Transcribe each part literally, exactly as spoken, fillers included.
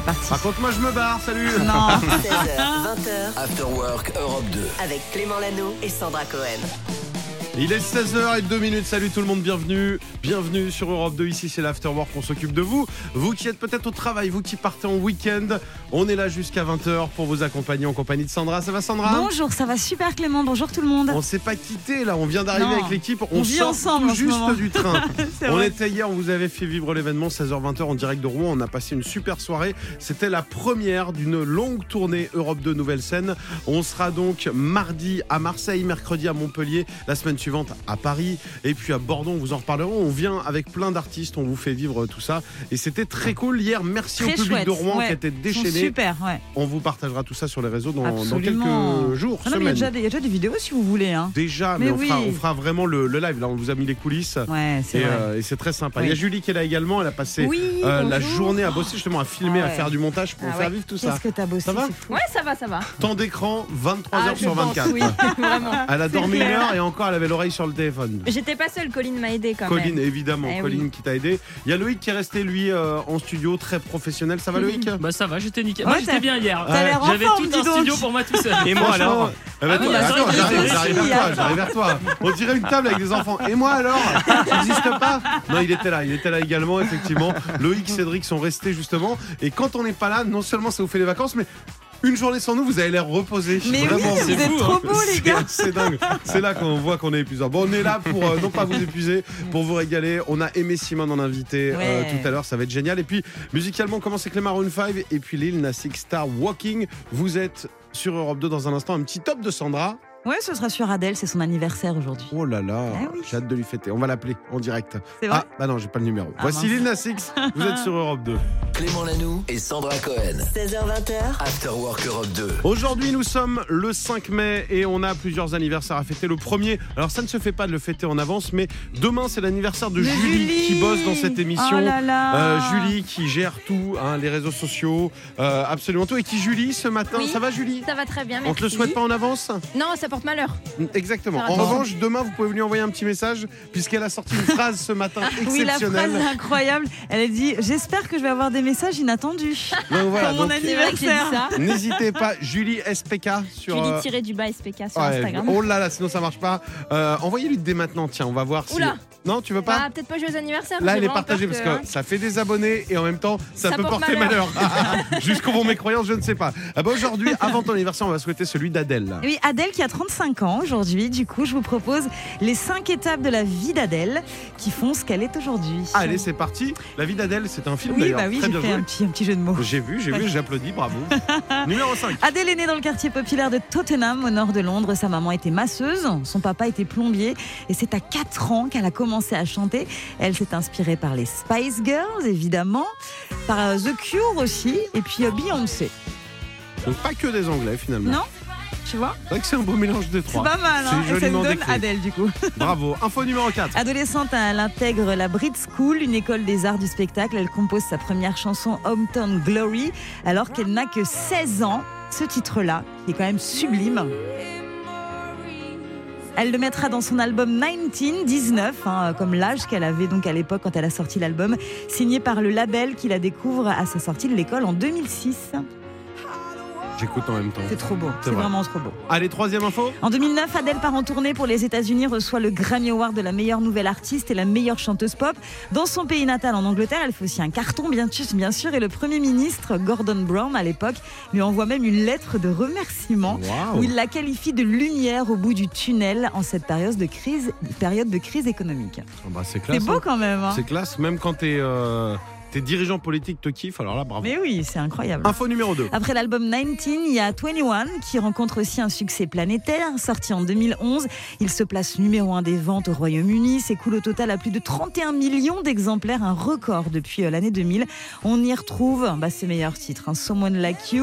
c'est parti. Par contre, moi, je me barre, salut. Non. seize heures, vingt heures. After Work Europe deux. Avec Clément Lanoux et Sandra Cohen. Il est seize heures zéro deux. Salut tout le monde, bienvenue. Bienvenue sur Europe deux, ici c'est l'Afterwork, on s'occupe de vous. Vous qui êtes peut-être au travail, vous qui partez en week-end. On est là jusqu'à vingt heures pour vous accompagner en compagnie de Sandra. Ça va Sandra ? Bonjour, ça va super Clément, bonjour tout le monde. On s'est pas quitté là, on vient d'arriver Non. avec l'équipe. On, On vit sort ensemble tout en ce juste moment. du train. C'est On vrai. était hier, on vous avait fait vivre l'événement seize heures vingt en direct de Rouen. On a passé une super soirée. C'était la première d'une longue tournée Europe deux Nouvelle Scène. On sera donc mardi à Marseille, mercredi à Montpellier, la semaine suivante à Paris. Et puis à Bordeaux, on vous en reparlera. On vient avec plein d'artistes, on vous fait vivre tout ça. Et c'était très cool. Hier, merci Très au public chouette, de Rouen ouais. qui était Ils sont déchaîné. super, ouais. On vous partagera tout ça sur les réseaux dans, dans Absolument. quelques jours, Ah non, mais il y a semaines. déjà des- il y a déjà des vidéos si vous voulez. Hein. Déjà, mais, Mais on, oui. fera, on fera vraiment le, le live. Là, on vous a mis les coulisses. Ouais, c'est Et, vrai. euh, et c'est très sympa. Oui. Il y a Julie qui est là également. Elle a passé Oui, euh, la bonjour. journée à bosser, justement, à filmer, Ah à ouais. faire du montage pour Ah faire ouais. vivre tout ça. Qu'est-ce que t'as bossé, Ça va c'est fou. Ouais, ça va, ça va. Temps d'écran, vingt-trois heures Ah, sur je pense, vingt-quatre. oui, vraiment. Elle a C'est dormi une clair. heure et encore, elle avait l'oreille sur le téléphone. J'étais pas seule, Colline m'a aidé quand Colline, même. évidemment, Eh Colline oui. qui t'a aidé. Il y a Loïc qui est resté, lui, euh, en studio, très professionnel. Ça va, Loïc ? Bah ça va, j'étais nickel. Ouais, Moi j'étais t'as- bien hier. t'as l'air en J'avais forme, tout dis un donc. studio pour moi tout seul. Et moi alors eh ben, Ah oui, toi, bah, attends, c'est vrai que j'arrive, j'étais j'arrive aussi, vers toi, attends. j'arrive vers toi. On dirait une table avec des enfants. Et moi alors ? Tu n'existes pas ? Non, il était là, il était là également, effectivement. Loïc, Cédric sont restés justement. Et quand on n'est pas là, non seulement ça vous fait les vacances, mais une journée sans nous, vous avez l'air reposé. Mais Vraiment, oui, c'est vous êtes fou, trop hein. beaux, les C'est- gars. C'est dingue. C'est là qu'on voit qu'on est épuisant. Bon, on est là pour euh, non pas vous épuiser, pour vous régaler. On a Aimé Simone en invité euh, Ouais. tout à l'heure, ça va être génial. Et puis, musicalement, on commence avec les Maroon cinq et puis Lil Nas X Star Walking. Vous êtes sur Europe deux dans un instant. Un petit top de Sandra. Ouais, ce sera sur Adèle, c'est son anniversaire aujourd'hui. Oh là là, Ah oui. j'ai hâte de lui fêter. On va l'appeler en direct. C'est vrai. Ah, bah non, j'ai pas le numéro. Ah, Voici mince. Lil Nas X. Vous êtes sur Europe deux. Clément Lanoux et Sandra Cohen. seize heures vingt. After Work Europe deux. Aujourd'hui, nous sommes le cinq mai et on a plusieurs anniversaires à fêter. Le premier, alors ça ne se fait pas de le fêter en avance, mais demain, c'est l'anniversaire de Mais Julie, Julie qui bosse dans cette émission. Oh là là. Euh, Julie qui gère tout, hein, les réseaux sociaux, euh, absolument tout. Et qui, Julie, ce matin, Oui. ça va, Julie ? Ça va très bien, On merci. te le souhaite pas en avance ? Non, ça porte malheur. Exactement. Ça En va. revanche, demain, vous pouvez lui envoyer un petit message, puisqu'elle a sorti une phrase ce matin Oui, la exceptionnelle. phrase est incroyable. Elle a dit « J'espère que je vais avoir des messages inattendus. Donc voilà, Pour mon donc, anniversaire. C'est vrai que j'ai dit ça. n'hésitez pas, Julie S P K sur. euh, Julie du bas S P K sur ouais, Instagram. oh là là, sinon ça marche pas. Euh, Envoyez-lui dès maintenant, tiens, on va voir si. Oula. Non, tu veux pas Ah, peut-être pas joyeux anniversaire. Là, j'ai elle est vraiment partagée peur parce que que, ça fait des abonnés et en même temps, ça, Ça peut porte porter malheur. malheur. Jusqu'au vont mes croyances, je ne sais pas. Ah bah aujourd'hui, avant ton anniversaire, on va souhaiter celui d'Adèle. Oui, Adèle qui a trente-cinq ans aujourd'hui. Du coup, je vous propose les cinq étapes de la vie d'Adèle qui font ce qu'elle est aujourd'hui. Allez, c'est parti. La vie d'Adèle, c'est un film Oui, d'ailleurs. bah oui, Très j'ai bien fait joué. un petit, un petit jeu de mots. J'ai vu, j'ai vu, j'applaudis, bravo. Numéro cinq. Adèle est née dans le quartier populaire de Tottenham, au nord de Londres. Sa maman était masseuse, son papa était plombier. Et c'est à quatre ans qu'elle a commencé à chanter. Elle s'est inspirée par les Spice Girls, évidemment, par euh, The Cure aussi, et puis euh, Beyoncé. Donc pas que des Anglais finalement. Non, tu vois, C'est vrai que c'est un beau mélange des c'est trois. pas mal. Hein, C'est et ça nous joliment donne décrit. Adèle, du coup. Bravo. Info numéro quatre. Adolescente, elle intègre la Brit School, une école des arts du spectacle. Elle compose sa première chanson Hometown Glory, alors qu'elle n'a que seize ans. Ce titre-là, qui est quand même sublime. Elle le mettra dans son album dix-neuf, dix-neuf, hein, comme l'âge qu'elle avait donc à l'époque quand elle a sorti l'album, signé par le label qui la découvre à sa sortie de l'école en deux mille six. J'écoute en même temps. C'est trop beau, C'est c'est vrai. vraiment trop beau. Allez, troisième info. En deux mille neuf, Adèle part en tournée pour les États-Unis, reçoit le Grammy Award de la meilleure nouvelle artiste et la meilleure chanteuse pop. Dans son pays natal, en Angleterre, elle fait aussi un carton, bien sûr, bien sûr. Et le Premier ministre, Gordon Brown, à l'époque, lui envoie même une lettre de remerciement Waouh. où il la qualifie de lumière au bout du tunnel en cette période de crise, période de crise économique. Ah bah, c'est classe. C'est beau hein. quand même. Hein. C'est classe, même quand t'es euh, tes dirigeants politiques te kiffent, alors là, bravo. Mais oui, c'est incroyable. Info numéro deux. Après l'album dix-neuf, il y a vingt et un qui rencontre aussi un succès planétaire. Sorti en deux mille onze, il se place numéro un des ventes au Royaume-Uni, s'écoule au total à plus de trente et un millions d'exemplaires, un record depuis euh, l'année deux mille. On y retrouve bah, ses meilleurs titres, hein, Someone Like You,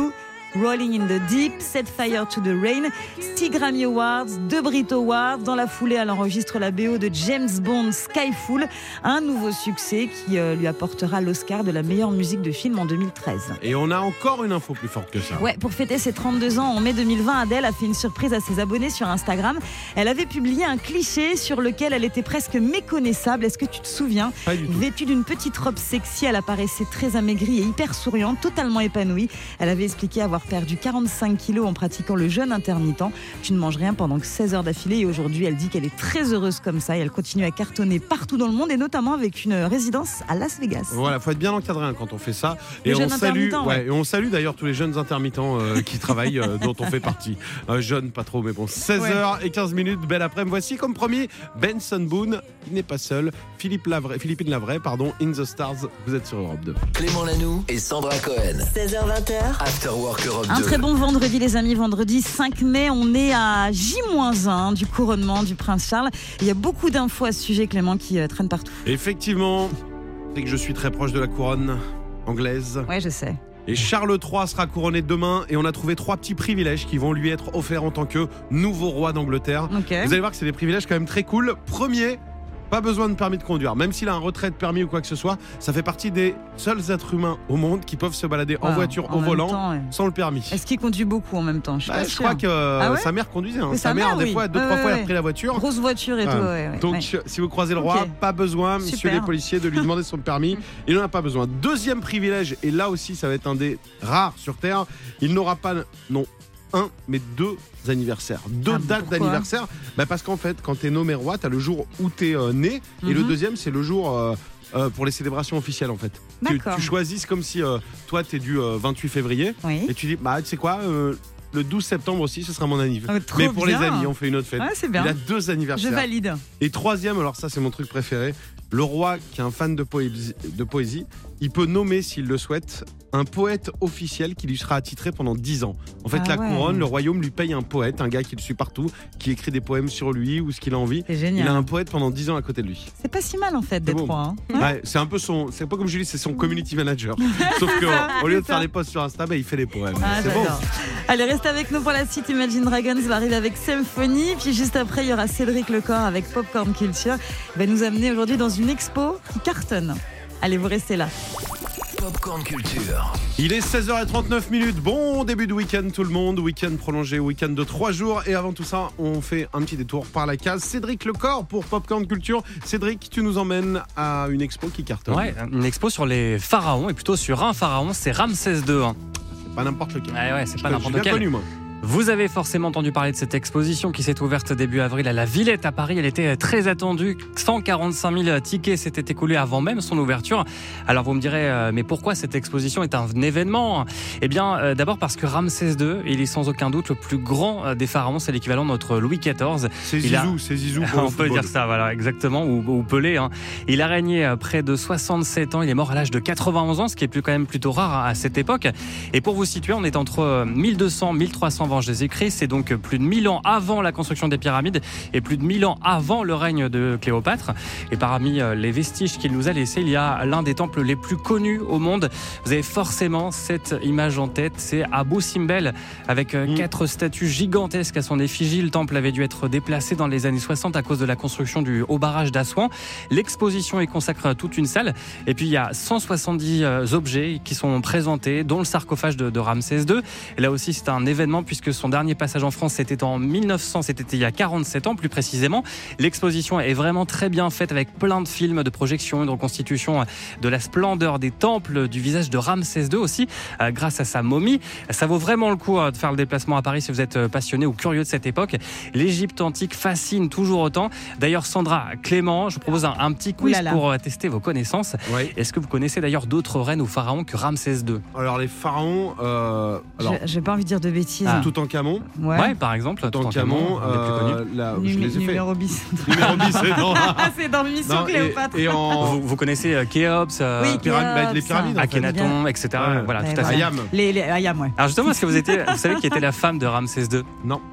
Rolling in the Deep, Set Fire to the Rain, six Grammy Awards, deux Brit Awards. Dans la foulée, elle enregistre la B O de James Bond Skyfall, un nouveau succès qui euh, lui apportera l'Oscar de la meilleure musique de film en deux mille treize. Et on a encore une info plus forte que ça. Ouais, pour fêter ses trente-deux ans en mai deux mille vingt, Adèle a fait une surprise à ses abonnés sur Instagram. Elle avait publié un cliché sur lequel elle était presque méconnaissable. Est-ce que tu te souviens ? Pas du tout. Vêtue d'une petite robe sexy, elle apparaissait très amaigrie et hyper souriante, totalement épanouie. Elle avait expliqué avoir perdu quarante-cinq kilos en pratiquant le jeûne intermittent. Tu ne manges rien pendant que seize heures d'affilée et aujourd'hui, elle dit qu'elle est très heureuse comme ça et elle continue à cartonner partout dans le monde et notamment avec une résidence à Las Vegas. Voilà, faut être bien encadré hein, quand on fait ça. Les Et jeunes on salue, intermittents, ouais, ouais. et on salue d'ailleurs tous les jeunes intermittents euh, qui travaillent, euh, dont on fait partie. Euh, jeunes, pas trop, mais bon. seize heures quinze minutes, belle après-midi. Voici comme premier Benson Boone. Il n'est pas seul. Philippe Lavray, Philippine Lavray, pardon. In the Stars. Vous êtes sur Europe deux. Clément Lanoux et Sandra Cohen. seize heures vingt. After Work Europe deux. Un très bon vendredi les amis, vendredi cinq mai, on est à J moins un du couronnement du prince Charles. Il y a beaucoup d'infos à ce sujet Clément qui euh, traînent partout. Effectivement, c'est que je suis très proche de la couronne anglaise. Ouais, je sais. Et Charles trois sera couronné demain et on a trouvé trois petits privilèges qui vont lui être offerts en tant que nouveau roi d'Angleterre. Ok. Vous allez voir que c'est des privilèges quand même très cool. Premier, pas besoin de permis de conduire. Même s'il a un retrait de permis ou quoi que ce soit, ça fait partie des seuls êtres humains au monde qui peuvent se balader en Wow, voiture en au même volant temps, ouais. sans le permis. Est-ce qu'il conduit beaucoup en même temps? Je, suis Bah, pas je sûre. crois que euh, Ah ouais sa mère conduisait. hein. Mais Sa sa mère, mère, des oui. fois, deux, Ouais, trois ouais, fois, elle ouais. a pris la voiture. Grosse voiture et Ah. tout. Ouais, ouais, Donc, ouais. si vous croisez le roi, Ok. pas besoin, monsieur Super. les policiers, de lui demander son permis. Il n'en a pas besoin. Deuxième privilège, et là aussi, ça va être un des rares sur Terre. Il n'aura pas, non, un, mais deux anniversaires. Deux Ah, dates pourquoi d'anniversaire. Bah parce qu'en fait, quand t'es nommé roi, t'as le jour où t'es euh, né, et le Mhm. deuxième, c'est le jour euh, euh, pour les célébrations officielles, en fait. Tu, D'accord. tu choisis, c'est comme si euh, toi, t'es du euh, vingt-huit février, Oui. et tu dis, bah, tu sais quoi, euh, le douze septembre aussi, ce sera mon anniversaire. Oh, trop Mais pour bien. les amis, on fait une autre fête. Ouais, c'est bien. Il a deux Je anniversaires. valide. Et troisième, alors ça c'est mon truc préféré, le roi qui est un fan de poésie, de poésie, il peut nommer s'il le souhaite un poète officiel qui lui sera attitré pendant dix ans. En fait, Ah la ouais. couronne, le royaume lui paye un poète, un gars qui le suit partout, qui écrit des poèmes sur lui ou ce qu'il a envie. C'est Il génial. a un poète pendant dix ans à côté de lui. C'est pas si mal en fait d'être bon. roi. Hein. Ouais, c'est un peu son, c'est pas comme Julie, c'est son community manager. Sauf qu'au lieu de faire les posts sur Insta, bah, il fait les poèmes. Ah, c'est bon. j'adore. Allez, reste avec nous pour la suite. Imagine Dragons va arriver avec Symphony. Puis juste après, il y aura Cédric Lecor avec Popcorn Culture. Il va nous amener aujourd'hui dans une expo qui cartonne. Allez, vous restez là. Popcorn Culture. Il est seize heures trente-neuf minutes. Bon début de week-end tout le monde. Week-end prolongé, week-end de trois jours. Et avant tout ça, on fait un petit détour par la case. Cédric Lecor pour Popcorn Culture. Cédric, tu nous emmènes à une expo qui cartonne. Ouais, une expo sur les pharaons et plutôt sur un pharaon, c'est Ramsès deux. Hein. C'est pas n'importe lequel. Ouais, ouais, c'est pas Je n'importe suis bien lequel. connu, moi. Vous avez forcément entendu parler de cette exposition qui s'est ouverte début avril à la Villette à Paris. Elle était très attendue. cent quarante-cinq mille tickets s'étaient écoulés avant même son ouverture. Alors vous me direz, euh, mais pourquoi cette exposition est un événement ? Eh bien, euh, d'abord parce que Ramsès deux, il est sans aucun doute le plus grand euh, des pharaons. C'est l'équivalent de notre Louis quatorze. C'est Il a- Zizou, c'est Zizou pour le On peut football. dire ça, voilà, exactement, ou, ou Pelé. Hein. Il a régné euh, près de soixante-sept ans. Il est mort à l'âge de quatre-vingt-onze ans, ce qui est plus quand même plutôt rare à cette époque. Et pour vous situer, on est entre euh, mille deux cents mille trois cents avant Jésus-Christ. C'est donc plus de mille ans avant la construction des pyramides et plus de mille ans avant le règne de Cléopâtre. Et parmi euh, les vestiges qu'il nous a laissés, il y a l'un des temples les plus connus au monde. Vous avez forcément cette image en tête, c'est Abou Simbel, avec euh, Mm. quatre statues gigantesques à son effigie. Le temple avait dû être déplacé dans les années soixante à cause de la construction du haut barrage d'Assouan. L'exposition est consacrée à toute une salle. Et puis il y a cent soixante-dix euh, objets qui sont présentés, dont le sarcophage de, de Ramsès deux. Et là aussi, c'est un événement puisque son dernier passage en France, c'était en mille neuf cents, c'était il y a quarante-sept ans plus précisément. L'exposition est vraiment très bien faite avec plein de films, de projections, de reconstitutions de la splendeur des temples, du visage de Ramsès deux aussi, euh, grâce à sa momie. Ça vaut vraiment le coup euh, de faire le déplacement à Paris si vous êtes euh, passionné ou curieux de cette époque. L'Égypte antique fascine toujours autant. D'ailleurs, Sandra, Clément, je vous propose un, un petit quiz Oulala. pour euh, tester vos connaissances. Ouais. Est-ce que vous connaissez d'ailleurs d'autres reines ou pharaons que Ramsès deux ? Alors les pharaons, euh, alors J'ai- J'ai pas envie de dire de bêtises. Ah. Toutankhamon, Ouais. Ouais, par exemple. Toutankhamon, Toutankhamon, un des plus connus. euh, là, je Numé- les ai fait. numéro bis. Numéro dix, c'est dans- Ah, c'est dans l'émission Non, et, Cléopâtre. et en Vous, vous connaissez euh, Khéops, euh, Oui, pyramide, bah, les Khéops, pyramides, en fait. Akhenaton, et cetera. Ouais. Voilà, Ouais, tout à fait. voilà. Ayam. Les, les Ayam, ouais. Alors justement, est-ce que vous, étiez, vous savez qui était la femme de Ramsès deux ? Non.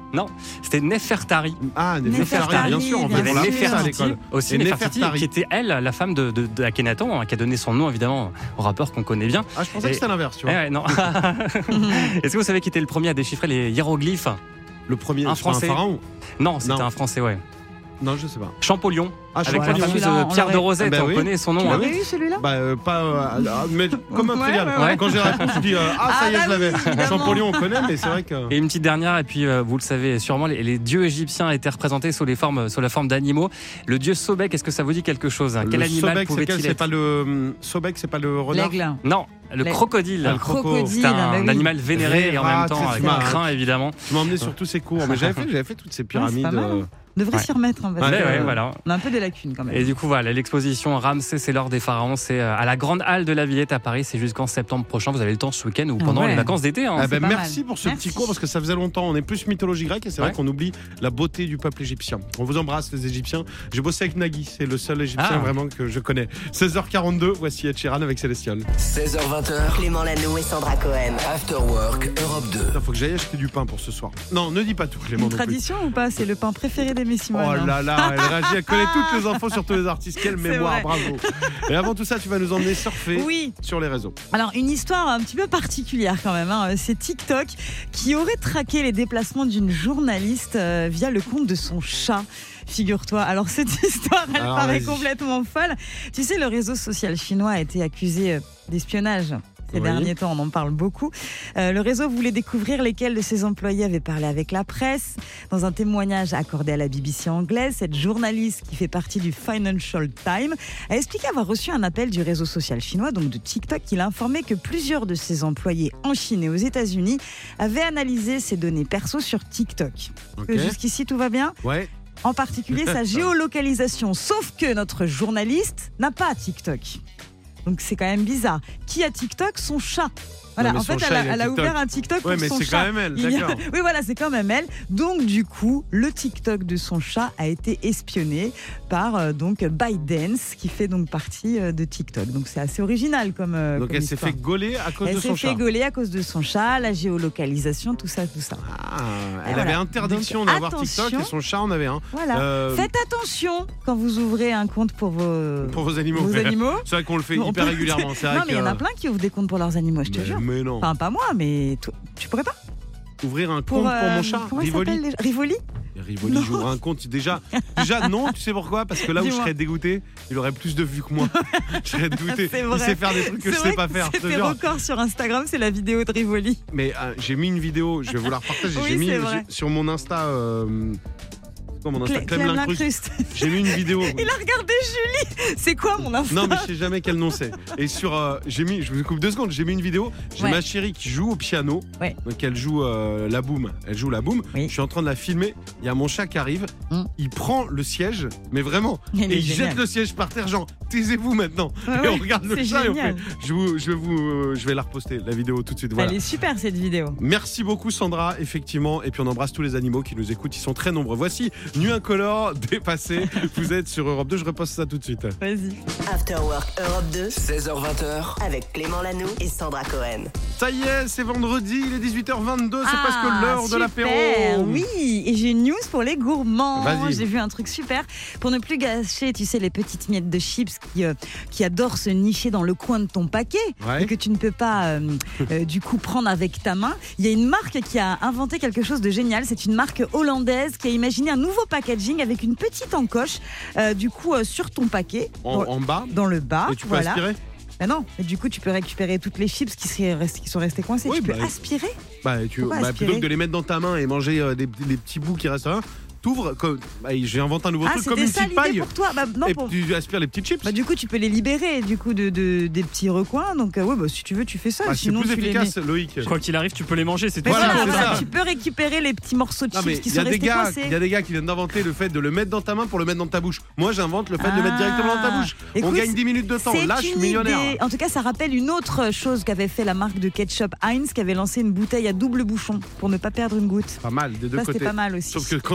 Non, c'était Nefertari. Ah, Nefertari, Nefertari, bien sûr, on bien fait Il y on avait l'a fait ça à Nefertiti l'école. aussi, Et Nefertiti, Nefertari. qui était elle, la femme de, de, de Akhenaton, hein, qui a donné son nom évidemment au rappeur qu'on connaît bien. Ah, je pensais Et- que c'était l'inverse, tu Eh vois. ouais, non. Est-ce que vous savez qui était le premier à déchiffrer les hiéroglyphes? Le premier, Un je crois, un Français. pharaon. Non, c'était Non. un Français, ouais. Non, je sais pas. Champollion, Ah, avec la Champollion. fameuse Celui-là, on pierre de l'aurait- Rosette, Ah bah on oui. connaît son Tu nom. hein. l'avais eu celui-là? Bah, euh, pas. euh, ah, mais comme un Ouais, trivial. ouais, ouais. Quand j'ai la réponse, je dis euh, ah, ça Ah y est, bah je l'avais. oui, évidemment. Champollion, on connaît, mais c'est vrai que. Et une petite dernière, et puis euh, vous le savez sûrement, les, les dieux égyptiens étaient représentés sous, les formes, sous la forme d'animaux. Le dieu Sobek, est-ce que ça vous dit quelque chose hein? Quel Le animal Sobek, c'est pouvait-il quel C'est être pas le. hum, Sobek, c'est pas le renard. L'aigle. Non, le Les- crocodile. Ah, le croco. Crocodile. C'est un, bah oui. animal vénéré et en Ah, même temps tu sais, avec tu un m'as- crin évidemment. Tu m'as emmené sur tous ces cours. Mais j'avais fait, j'avais fait toutes ces Ouais, pyramides. c'est pas mal, euh, hein. On devrait Ouais. s'y remettre. Hein, parce Ouais, que, ouais, euh, voilà. On a un peu des lacunes quand même. Et du coup, voilà, l'exposition Ramsès et l'or des pharaons, c'est euh, à la Grande Halle de la Villette à Paris. C'est jusqu'en septembre prochain. Vous avez le temps ce week-end ou Ah pendant ouais. les vacances d'été. hein. Ah c'est ben, pas merci mal. pour ce Merci. petit cours parce que ça faisait longtemps. On est plus mythologie grecque et c'est vrai Ouais. qu'on oublie la beauté du peuple égyptien. On vous embrasse les Égyptiens. J'ai bossé avec Nagui, c'est le seul Égyptien Ah. vraiment que je connais. seize heures quarante-deux, voici Ed Sheeran avec Célestial. seize heures vingt. Clément Lanoux et Sandra Cohen. After Work Europe deux. Il faut que j'aille acheter du pain pour ce soir. Non, ne dis pas tout Clément Une non plus. tradition ou pas? C'est le pain préféré des Simone. Oh hein. là là, elle réagit, elle connaît toutes les infos sur tous les artistes. Quelle C'est mémoire, vrai. bravo. Et avant tout ça, tu vas nous emmener surfer Oui. sur les réseaux. Alors, une histoire un petit peu particulière quand même. hein. C'est TikTok qui aurait traqué les déplacements d'une journaliste euh, via le compte de son chat. Figure-toi. Alors, cette histoire, elle Alors, paraît vas-y. complètement folle. Tu sais, le réseau social chinois a été accusé euh, d'espionnage. Ces Oui. derniers temps, on en parle beaucoup. Euh, le réseau voulait découvrir lesquels de ses employés avaient parlé avec la presse. Dans un témoignage accordé à la B B C anglaise, cette journaliste qui fait partie du Financial Times a expliqué avoir reçu un appel du réseau social chinois, donc de TikTok, qui l'a informé que plusieurs de ses employés en Chine et aux États-Unis avaient analysé ses données perso sur TikTok. Ok. Euh, Jusqu'ici, tout va bien ? Ouais. En particulier sa géolocalisation. Sauf que notre journaliste n'a pas TikTok. Donc c'est quand même bizarre. Qui a TikTok? Son chat. Voilà, Non, mais en son fait, chat, elle a, il a elle a TikTok. ouvert un TikTok Ouais, pour mais son c'est chat. quand même elle, Il y a- d'accord. Oui, voilà, c'est quand même elle. Donc, du coup, le TikTok de son chat a été espionné par euh, donc ByteDance, qui fait donc partie euh, de TikTok. Donc, c'est assez original comme. euh, Donc comme elle s'est histoire. fait gauler à cause Elle de s'est son fait chat. gauler à cause de son chat, la géolocalisation, tout ça, tout ça. Ah, Et elle voilà. avait interdiction Donc, d'avoir attention. TikTok et son chat en avait un. Voilà. Euh, Faites attention quand vous ouvrez un compte pour vos, Pour vos animaux. vos animaux. C'est vrai qu'on le fait On hyper peut- régulièrement. C'est vrai Non, mais il y en a que- plein qui ouvrent des comptes pour leurs animaux, je te Mais- jure. Mais non. Enfin, pas moi, mais toi, tu pourrais pas Ouvrir un compte pour, pour euh, mon chat, comment il Rivoli. s'appelle déjà Rivoli Et Rivoli, Non. j'ouvre un compte. Déjà, déjà, non, tu sais pourquoi? Parce que là où je Dis-moi. serais dégoûté, il aurait plus de vues que moi. je serais dégoûté. C'est Il vrai. sait faire des trucs que C'est je vrai sais pas faire. je te C'était jure. record sur Instagram, c'est la vidéo de Rivoli. Mais euh, j'ai mis une vidéo, je vais vous la repartager. Oui, j'ai mis c'est vrai. j'ai- sur mon Insta. Euh, c'est quoi mon Insta? Clé- Clem Clem Lincruste. Lincruste. J'ai mis une vidéo. Il a regardé Julie. C'est quoi mon info? Non mais je sais jamais quel nom c'est. Et sur, euh, j'ai mis, je vous coupe deux secondes, j'ai mis une vidéo. J'ai Ouais. ma chérie qui joue au piano. Ouais. Donc elle joue euh, la boum. Elle joue la boum. Oui. Je suis en train de la filmer. Il y a mon chat qui arrive. Mm. Il prend le siège, mais vraiment. Il et est il génial. jette le siège par terre, genre taisez-vous maintenant. Ouais, et ouais, on regarde le c'est chat et on fait. génial. Je, vous, je, vais vous, euh, je vais la reposter la vidéo tout de suite. Voilà. Elle est super cette vidéo. Merci beaucoup Sandra, effectivement. Et puis on embrasse tous les animaux qui nous écoutent. Ils sont très nombreux. Voici Nuit Incolore, dépassé. Vous êtes sur Europe deux. Je reposte ça tout de suite. Vas-y. After Work Europe deux seize heures vingt. avec Clément Lanoux et Sandra Cohen. Ça y est, c'est vendredi, il est dix-huit heures vingt-deux, c'est Ah, presque l'heure de super. l'apéro. Oui, et j'ai une news pour les gourmands. Vas-y. J'ai vu un truc super. Pour ne plus gâcher, tu sais, les petites miettes de chips qui, euh, qui adorent se nicher dans le coin de ton paquet Ouais. et que tu ne peux pas, euh, euh, du coup, prendre avec ta main. Il y a une marque qui a inventé quelque chose de génial. C'est une marque hollandaise qui a imaginé un nouveau packaging avec une petite encoche, euh, du coup, euh, sur ton paquet, En, dans, en bas. dans le bas. Et tu peux voilà. aspirer. Ben non, et du coup, tu peux récupérer toutes les chips qui, seraient restées- qui sont restées coincées. Oui, tu peux bah, aspirer. Bah, tu, Pourquoi bah, aspirer plutôt que de les mettre dans ta main et manger euh, des, des petits bouts qui restent là, t'ouvres. Comme, bah, j'ai inventé un nouveau Ah, truc comme c'était une ça petite l'idée paille. pour toi? Bah, non, Et pour- tu aspires les petites chips. Bah, du coup, tu peux les libérer du coup de, de- des petits recoins. Donc, euh, ouais, bah, si tu veux, tu fais ça. Bah, c'est Sinon, plus tu les efficace, mets- Loïc. Quoi qu'il arrive, tu peux les manger, c'est tout. Mais Voilà, voilà, c'est voilà, ça. tu peux récupérer les petits morceaux de Non, mais chips qui il y sont a des restés gars, coincés. il y a des gars qui viennent d'inventer le fait de le mettre dans ta main pour le mettre dans ta bouche. Moi, j'invente le fait de le mettre Ah. directement dans ta bouche. On Écoute, gagne dix minutes de temps. C'est Là, je suis une millionnaire. idée. En tout cas, ça rappelle une autre chose qu'avait fait la marque de ketchup Heinz, qui avait lancé une bouteille à double bouchon pour ne pas perdre une goutte. Pas mal des deux Ça, c'était côtés. pas mal aussi. Sauf que quand tu oublies de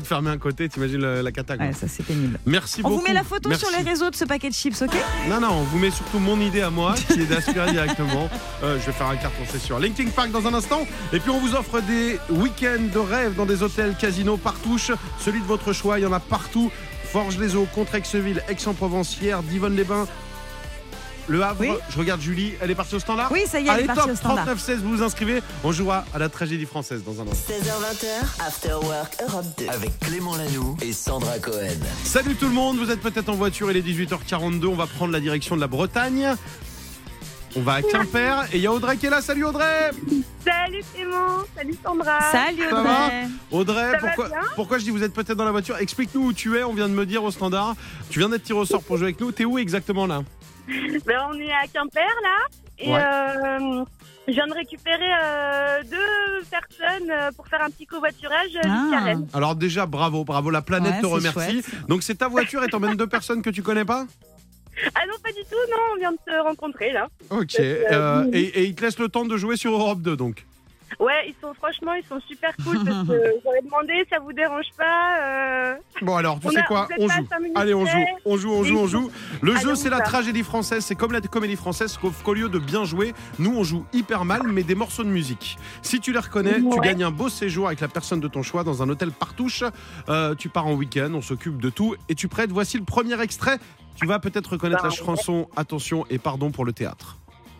fermer un côté, t'imagines la, la cata. Ouais, ça c'est pénible. Merci On beaucoup. vous met la photo Merci. sur les réseaux de ce paquet de chips, ok? Non, non, on vous met surtout mon idée à moi, qui est d'aspirer directement. Euh, je vais faire un carton, c'est sûr. Linkin Park dans un instant. Et puis on vous offre des week-ends de rêve dans des hôtels, casinos, partouche. Celui de votre choix, il y en a partout. Forges-les-Eaux, Contrexeville, Aix-en-Provence-Hier, Divonne-les-Bains, Le Havre. Oui. Je regarde Julie, elle est partie au standard. Oui, ça y est, elle Allez, est partie top, au standard. trente-neuf seize, vous vous inscrivez. On jouera à la tragédie française dans un instant. seize heures vingt, After Work Europe deux. Avec Clément Lanoux et Sandra Cohen. Salut tout le monde, vous êtes peut-être en voiture, il est dix-huit heures quarante-deux, on va prendre la direction de la Bretagne. On va à Quimper et il y a Audrey qui est là. Salut Audrey. Salut Clément, salut Sandra. Salut Ça Audrey. Audrey, Ça va pourquoi, bien pourquoi je dis vous êtes peut-être dans la voiture? Explique-nous où tu es, on vient de me dire au standard. Tu viens d'être tiré au sort pour jouer avec nous, t'es où exactement là? Ben, on est à Quimper là et Ouais. euh, je viens de récupérer euh, deux personnes euh, pour faire un petit covoiturage euh, Ah. jusqu'à Rennes. Alors déjà bravo, bravo, la planète Ouais, te c'est remercie. chouette. Donc c'est ta voiture et t'emmènes deux personnes que tu connais pas? Ah non, pas du tout, non, on vient de se rencontrer là. Ok, euh, et, et ils te laissent le temps de jouer sur Europe deux donc. Ouais, ils sont franchement, ils sont super cool parce que j'aurais demandé, ça vous dérange pas euh... Bon alors, tu On sais a- quoi, vous êtes on pas à joue. cinq minutes Allez, on joue, près. on joue, on joue, on joue. Le Allez, jeu, on c'est la va. tragédie française. C'est comme la comédie française, sauf qu'au lieu de bien jouer, nous, on joue hyper mal, mais des morceaux de musique. Si tu les reconnais, tu Ouais. gagnes un beau séjour avec la personne de ton choix dans un hôtel partouche. Euh, tu pars en week-end, on s'occupe de tout. Et tu prêtes, voici le premier extrait. Tu vas peut-être reconnaître la Bah, chanson. Attention et pardon pour le théâtre.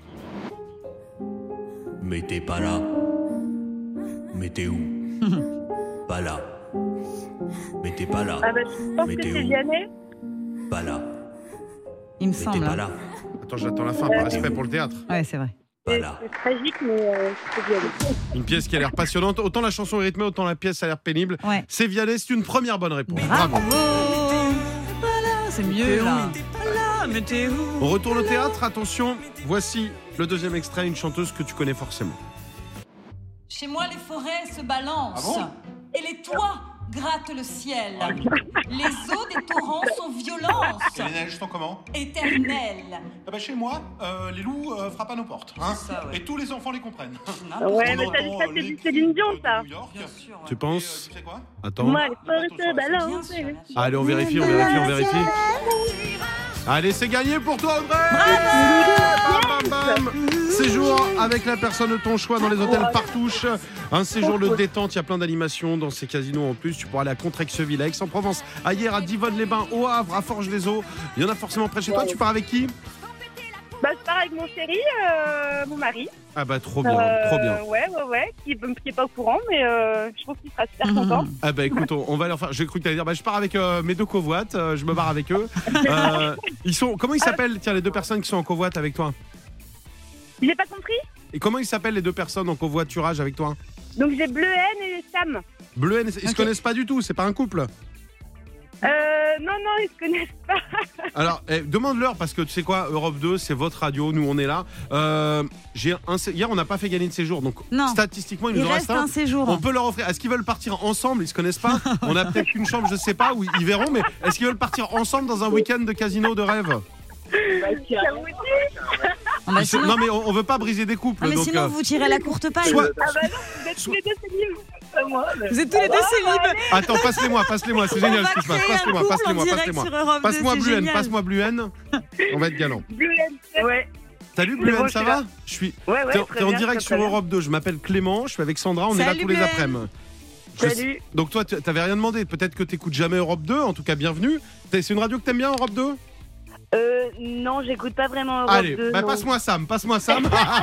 Mais t'es pas là. Mais t'es où? Pas là. Mais t'es pas là. Ah bah, je pense Mais que t'es c'est où? Vianney. Pas là. Il me Mais t'es semble. pas hein. là. Attends, j'attends la fin par respect pour le théâtre. Ouais, c'est vrai. Pas C'est là. c'est tragique, mais euh, c'est Vianney. Une pièce qui a l'air passionnante. Autant la chanson est rythmée, autant la pièce a l'air pénible. Ouais. C'est Vianney, c'est une première bonne réponse. Bravo. Bravo. Voilà, c'est mieux là. On retourne au théâtre, attention, voici le deuxième extrait, une chanteuse que tu connais forcément. Chez moi, les forêts se balancent Ah et les toits grattent le ciel. Les eaux des torrents sont violences, Les neiges sont comment? éternelles. Ah bah chez moi, euh, les loups euh, frappent à nos portes. Hein, Ça, ouais. et tous les enfants les comprennent. Ouais, mais On ça, entend ça, c'est les du Céline Dion, de ça. New York. Bien sûr. ouais. Tu Et, euh, penses tu sais quoi? Attends. Moi, les forêts Bateau se sur la Bien balancent. sûr, bien sûr. Allez, on vérifie, on vérifie, on vérifie. Allez, c'est gagné pour toi, Audrey. Bam, bam, bam. Séjour avec la personne de ton choix dans les hôtels Partouche. Un séjour de détente, il y a plein d'animations dans ces casinos en plus. Tu pourras aller à Contrexeville, à Aix-en-Provence, à Hier, à Divonne-les-Bains, au Havre, à Forges-les-Eaux. Il y en a forcément près de chez toi. Tu pars avec qui? Bah, je pars avec mon chéri, euh, mon mari. Ah bah trop bien, Euh, trop bien. Ouais, ouais, ouais, qui, qui est pas au courant, mais euh, je pense qu'il sera super content. Ah bah écoute, on, on va leur faire. J'ai cru que t'allais dire, bah je pars avec euh, mes deux covoites, euh, je me barre avec eux. Euh, ils sont, comment ils s'appellent, tiens, les deux personnes qui sont en covoite avec toi? J'ai pas compris. Et comment ils s'appellent les deux personnes en covoiturage avec toi? Donc j'ai Bleu N et Sam. Bleu, ils se Ok. connaissent pas du tout, c'est pas un couple. Euh, non, non, ils se connaissent pas. Alors, eh, demande-leur parce que tu sais quoi, Europe deux, c'est votre radio, nous on est là. Euh, j'ai un, sé- hier, on n'a pas fait gagner de séjour, donc Non. statistiquement, il Il nous en reste reste un. un séjour. On peut leur offrir. Est-ce qu'ils veulent partir ensemble? Ils se connaissent pas. On a peut-être une chambre, je sais pas, où ils verront. Mais est-ce qu'ils veulent partir ensemble dans un week-end de casino de rêve? Ça vous dit? Ah bah Ils se- sinon, Non, mais on, on veut pas briser des couples. ah, mais donc, sinon euh, vous tirez la courte paille. soit- Ah bah non, vous êtes tous Soit- les deux célibes. Pas moi. mais- Vous êtes tous les deux célibes. Attends, passe-les-moi, passe-les-moi. C'est On génial va ce qui se passe. créer un Passe-les-moi, couple en passe-les-moi, direct passe-les-moi. sur Europe deux, Passe-moi c'est Bluen, génial. passe-moi Bluen. On va être galant. Bleu N. Ouais. Salut C'est Bluen, bon, ça je suis va? là. Je suis. Ouais, ouais. T'es très t'es en bien, direct très, sur très bien. Europe deux. Je m'appelle Clément. Je suis avec Sandra. On est là Salut, tous les Bluen. après-midi. Je- Salut. Donc toi, tu- t'avais rien demandé. Peut-être que t'écoutes jamais Europe deux. En tout cas, bienvenue. T'es- C'est une radio que t'aimes bien, Europe deux? Euh, non, j'écoute pas vraiment Europe Allez, deux, bah non. passe-moi Sam, passe-moi Sam.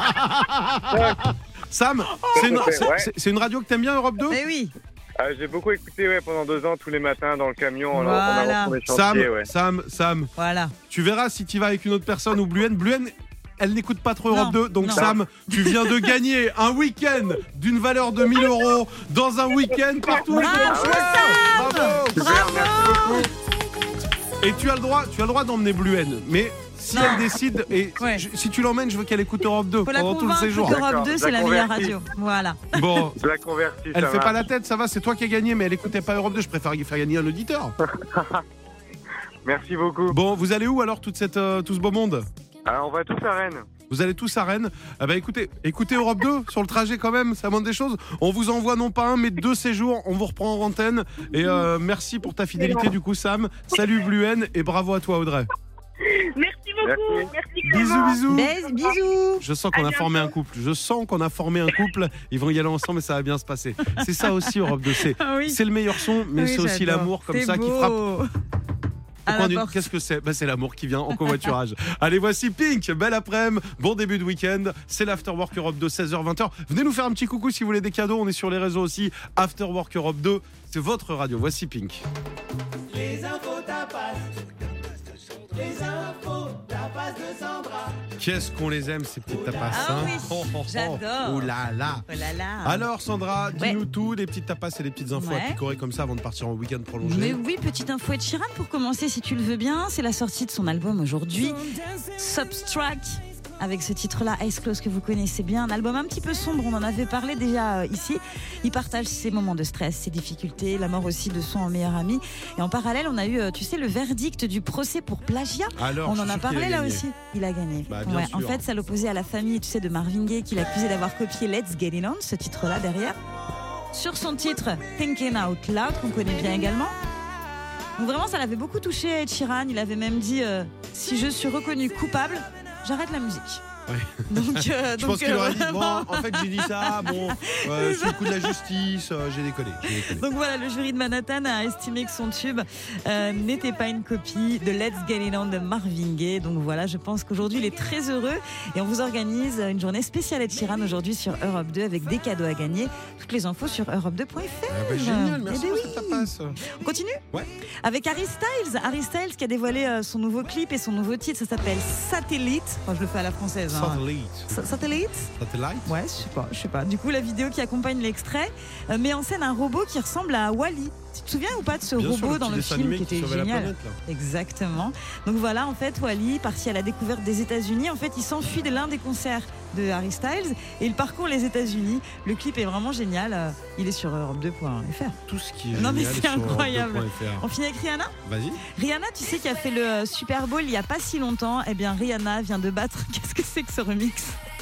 Sam, c'est une, c'est- c'est- c'est une radio que t'aimes bien, Europe deux? Mais oui. Euh, j'ai beaucoup écouté ouais, pendant deux ans, tous les matins dans le camion, en- en Voilà. allant sur les Sam, chantiers. Ouais. Sam, Sam, Voilà. tu verras si tu vas avec une autre personne ou Bluen. Bluen, elle n'écoute pas trop Europe Non, deux. Donc non. Sam, tu viens de gagner un week-end d'une valeur de mille euros dans un week-end partout. Bravo, Bravo. Bravo. Et tu as le droit, tu as le droit d'emmener Bluen, mais si Non. elle décide et Ouais. je- si tu l'emmènes, je veux qu'elle écoute Europe deux Faut la pendant tout le convaincre séjour. qu'Europe D'accord, deux, je c'est la la meilleure convertis. radio. Voilà. Bon, Je la convertis, elle ça fait va. pas la tête, ça va, c'est toi qui as gagné, mais elle écoutait pas Europe deux. Je préfère faire gagner un auditeur. Merci beaucoup. Bon, vous allez où alors toute cette, euh, tout ce beau monde? Alors, on va tous à Rennes. Vous allez tous à Rennes. Ah bah écoutez, écoutez Europe deux sur le trajet quand même, ça montre des choses. On vous envoie non pas un mais deux séjours. On vous reprend en antenne. Et euh, merci pour ta fidélité du coup Sam. Salut Bluen et bravo à toi Audrey. Merci beaucoup. Merci, Bisous bisous. Bais- bisous. Je sens qu'on À a formé un bientôt. couple. Je sens qu'on a formé un couple. Ils vont y aller ensemble et ça va bien se passer. C'est ça aussi Europe deux. C'est, Ah oui. c'est le meilleur son, mais Oui, c'est aussi j'adore. l'amour comme C'est ça qui beau. frappe. Au À coin la d'une- porte. Qu'est-ce que c'est bah, c'est l'amour qui vient en covoiturage. Allez, voici Pink. Belle après-midi. Bon début de week-end. C'est l'Afterwork Europe deux, seize heures vingt heures. Venez nous faire un petit coucou si vous voulez des cadeaux. On est sur les réseaux aussi. Afterwork Europe deux. C'est votre radio. Voici Pink. Les infos tapas. Les infos tapas de Sandra. Qu'est-ce qu'on les aime, ces petites tapas. Ah hein oui, Oh, oh, oh. j'adore. Oh là là. Oh là là. Alors Sandra, dis-nous Ouais. tout, des petites tapas et des petites infos Ouais. à picorer comme ça avant de partir en week-end prolongé. Mais oui, petite info Ed Sheeran pour commencer, si tu le veux bien. C'est la sortie de son album aujourd'hui, Substract. Avec ce titre-là, Eyes Closed, que vous connaissez bien, un album un petit peu sombre, on en avait parlé déjà euh, ici. Il partage ses moments de stress, ses difficultés, la mort aussi de son meilleur ami. Et en parallèle, on a eu, euh, tu sais, le verdict du procès pour plagiat. Alors, On je en suis a sûr parlé qu'il a là gagné. aussi. Il a gagné. Bah, bien En sûr. fait, ça l'opposait à la famille, tu sais, de Marvin Gaye, qui l'accusait d'avoir copié Let's Get It On, ce titre-là derrière. Sur son titre Thinking Out Loud, qu'on connaît bien également. Donc vraiment, ça l'avait beaucoup touché à Ed Sheeran. Il avait même dit euh, si je suis reconnu coupable, j'arrête la musique. Ouais. Donc, euh, Je donc, pense qu'il euh, aurait dit, bon, vraiment. en fait j'ai dit ça, bon, euh, sous le coup de la justice, euh, j'ai déconné. j'ai déconné. Donc voilà, le jury de Manhattan a estimé que son tube euh, n'était pas une copie de Let's Get It On de Marvin Gaye. Donc voilà, je pense qu'aujourd'hui il est très heureux et on vous organise une journée spéciale Ed Sheeran aujourd'hui sur Europe deux avec des cadeaux à gagner. Toutes les infos sur europe deux point f r. Ah bah, génial, merci Eh ben pour oui. cette tapas. On continue Ouais. Avec Harry Styles. Harry Styles qui a dévoilé euh, son nouveau clip et son nouveau titre. Ça s'appelle Satellite. Enfin, je le fais à la française. hein. Satellite. Sa- Satellite Satellite. Ouais, je sais pas, je sais pas. Du coup, la vidéo qui accompagne l'extrait euh, met en scène un robot qui ressemble à Wall-E. Tu te souviens ou pas de ce Bien robot sûr, le dans petit le dessin film animé qui qui était sauvait la génial. planète, là. Exactement. Donc voilà, en fait, Wall-E, parti à la découverte des États-Unis, en fait, il s'enfuit de l'un des concerts de Harry Styles et il parcourt les États-Unis. Le clip est vraiment génial. Euh, Il est sur europe deux point f r. Tout ce qui est Non, mais génial c'est sur europe deux incroyable. point f r. On finit avec Rihanna. Vas-y. Rihanna, tu sais, qui a fait le euh, Super Bowl il y a pas si longtemps. Eh bien, Rihanna vient de battre. Qu'est-ce que c'est que ce remix?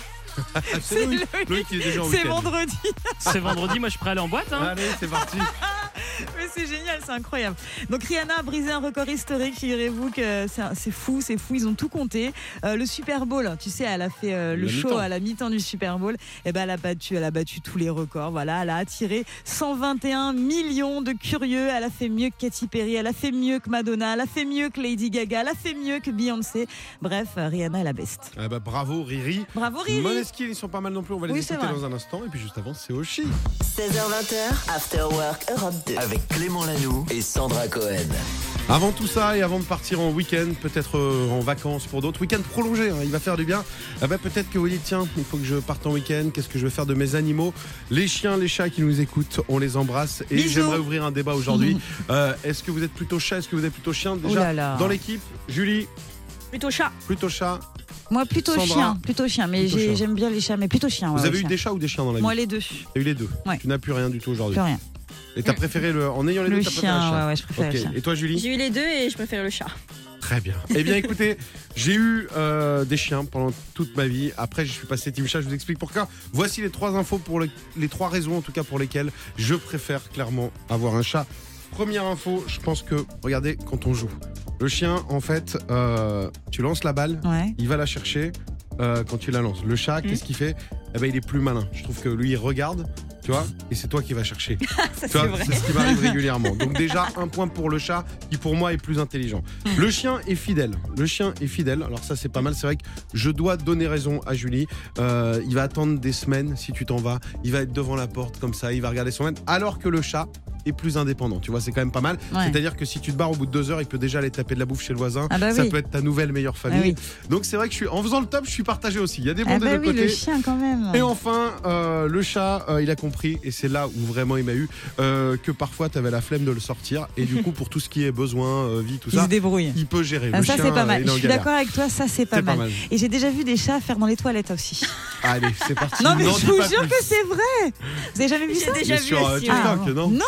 C'est Loïc. Loïc. Loïc, il est déjà en C'est week-end. vendredi. C'est vendredi, moi je suis prêt à aller en boîte. Hein. Allez, c'est parti. Mais c'est génial, c'est incroyable. Donc Rihanna a brisé un record historique. Figurez-vous que c'est, un- c'est fou, c'est fou. Ils ont tout compté. Euh, le Super Bowl, tu sais, elle a fait euh, le La show mi-temps. à la mi-temps du Super Bowl. Et ben elle a battu, elle a battu tous les records. Voilà, elle a attiré cent vingt et un millions de curieux. Elle a fait mieux que Katy Perry, elle a fait mieux que Madonna, elle a fait mieux que Lady Gaga, elle a fait mieux que Beyoncé. Bref, euh, Rihanna est la best. Ah bah, bravo Riri. Bravo Riri. Måneskin, ils sont pas mal non plus. On va les Oui, c'est écouter vrai. dans un instant. Et puis juste avant, c'est Oshi. seize heures vingt heures, After Work Europe deux. Avec Clément Lanoux et Sandra Cohen. Avant tout ça et avant de partir en week-end, peut-être euh, en vacances pour d'autres, week-end prolongé, hein, il va faire du bien. Ah bah, peut-être que vous dites, tiens, il faut que je parte en week-end, qu'est-ce que je vais faire de mes animaux? Les chiens, les chats qui nous écoutent, on les embrasse. Et Bisous. j'aimerais ouvrir un débat aujourd'hui. Euh, est-ce que vous êtes plutôt chat, est-ce que vous êtes plutôt chien? Oh Déjà, là là. dans l'équipe, Julie, Plutôt chat. plutôt chat. Moi plutôt Sandra. chien, plutôt chien. Mais Plutôt j'ai- chien. j'aime bien les chats, mais plutôt chien. ouais, Vous ouais, avez eu chien. des chats ou des chiens dans la vie? Moi les deux. T'as eu les deux. Ouais. Tu n'as plus rien du tout aujourd'hui. Plus rien. Et t'as préféré le, en ayant les Le deux, t'as préféré chien, le chat. ouais, ouais, je préfère Ok. le chien. Et toi, Julie? J'ai eu les deux et je préfère le chat. Très bien. Eh bien, écoutez, j'ai eu euh, des chiens pendant toute ma vie. Après, je suis passé team chat. Je vous explique pourquoi. Voici les trois infos pour le- les trois raisons, en tout cas pour lesquelles je préfère clairement avoir un chat. Première info, je pense que, regardez, quand on joue, le chien, en fait, euh, tu lances la balle, Ouais. il va la chercher euh, quand tu la lances. Le chat, qu'est-ce qu'il fait? Eh ben, il est plus malin. Je trouve que lui, il regarde, tu vois, et c'est toi qui vas chercher. Ça, Tu vois, c'est vrai. c'est ce qui m'arrive régulièrement. Donc déjà, un point pour le chat, qui pour moi est plus intelligent. Le chien est fidèle. Le chien est fidèle. Alors ça, c'est pas mal. C'est vrai que je dois donner raison à Julie. Euh, il va attendre des semaines si tu t'en vas. Il va être devant la porte comme ça. Il va regarder son maître. Alors que le chat est plus indépendant. Tu vois, c'est quand même pas mal. Ouais. C'est-à-dire que si tu te barres au bout de deux heures, il peut déjà aller taper de la bouffe chez le voisin. Ah bah ça oui. peut être ta nouvelle meilleure famille. Ah oui. Donc c'est vrai que je suis, en faisant le top, je suis partagé aussi. Il y a des bons Ah des bah deux oui, le côtés. chien quand même. Et enfin, euh, le chat, euh, il a compris, et c'est là où vraiment il m'a eu, euh, que parfois tu avais la flemme de le sortir. Et du coup, pour tout ce qui est besoin, euh, vie, tout Il ça, se débrouille. il peut gérer. Ah, le ça chien, c'est pas euh, mal. il est Je en suis galère. d'accord avec toi, ça c'est pas, C'est pas mal. mal. Et j'ai déjà vu des chats faire dans les toilettes aussi. Allez, c'est parti. Non mais N'en je dis vous pas jure plus. que c'est vrai. Vous avez jamais vu J'ai ça? déjà Mais vu sur euh, aussi, TikTok, Ah, non Non.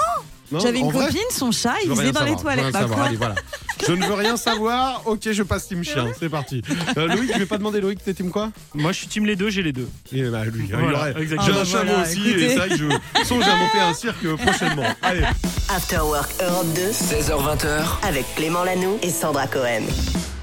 Non, J'avais en une vrai copine, son chat, Je il veux faisait rien dans les savoir, je veux toilettes. rien Bah, savoir. quoi Allez, voilà. Je ne veux rien savoir. Ok, je passe team chien. C'est parti. Euh, Loïc, je vais pas demander Loïc, t'es team quoi? Moi, je suis team les deux, j'ai les deux. Et bah, lui, Voilà, il aurait. exactement. J'ai Ah, un bah, chameau voilà, aussi, écoutez. et c'est vrai que je songe à monter un cirque prochainement. Allez. After Work Europe deux seize heures vingt. avec Clément Lanoux et Sandra Cohen.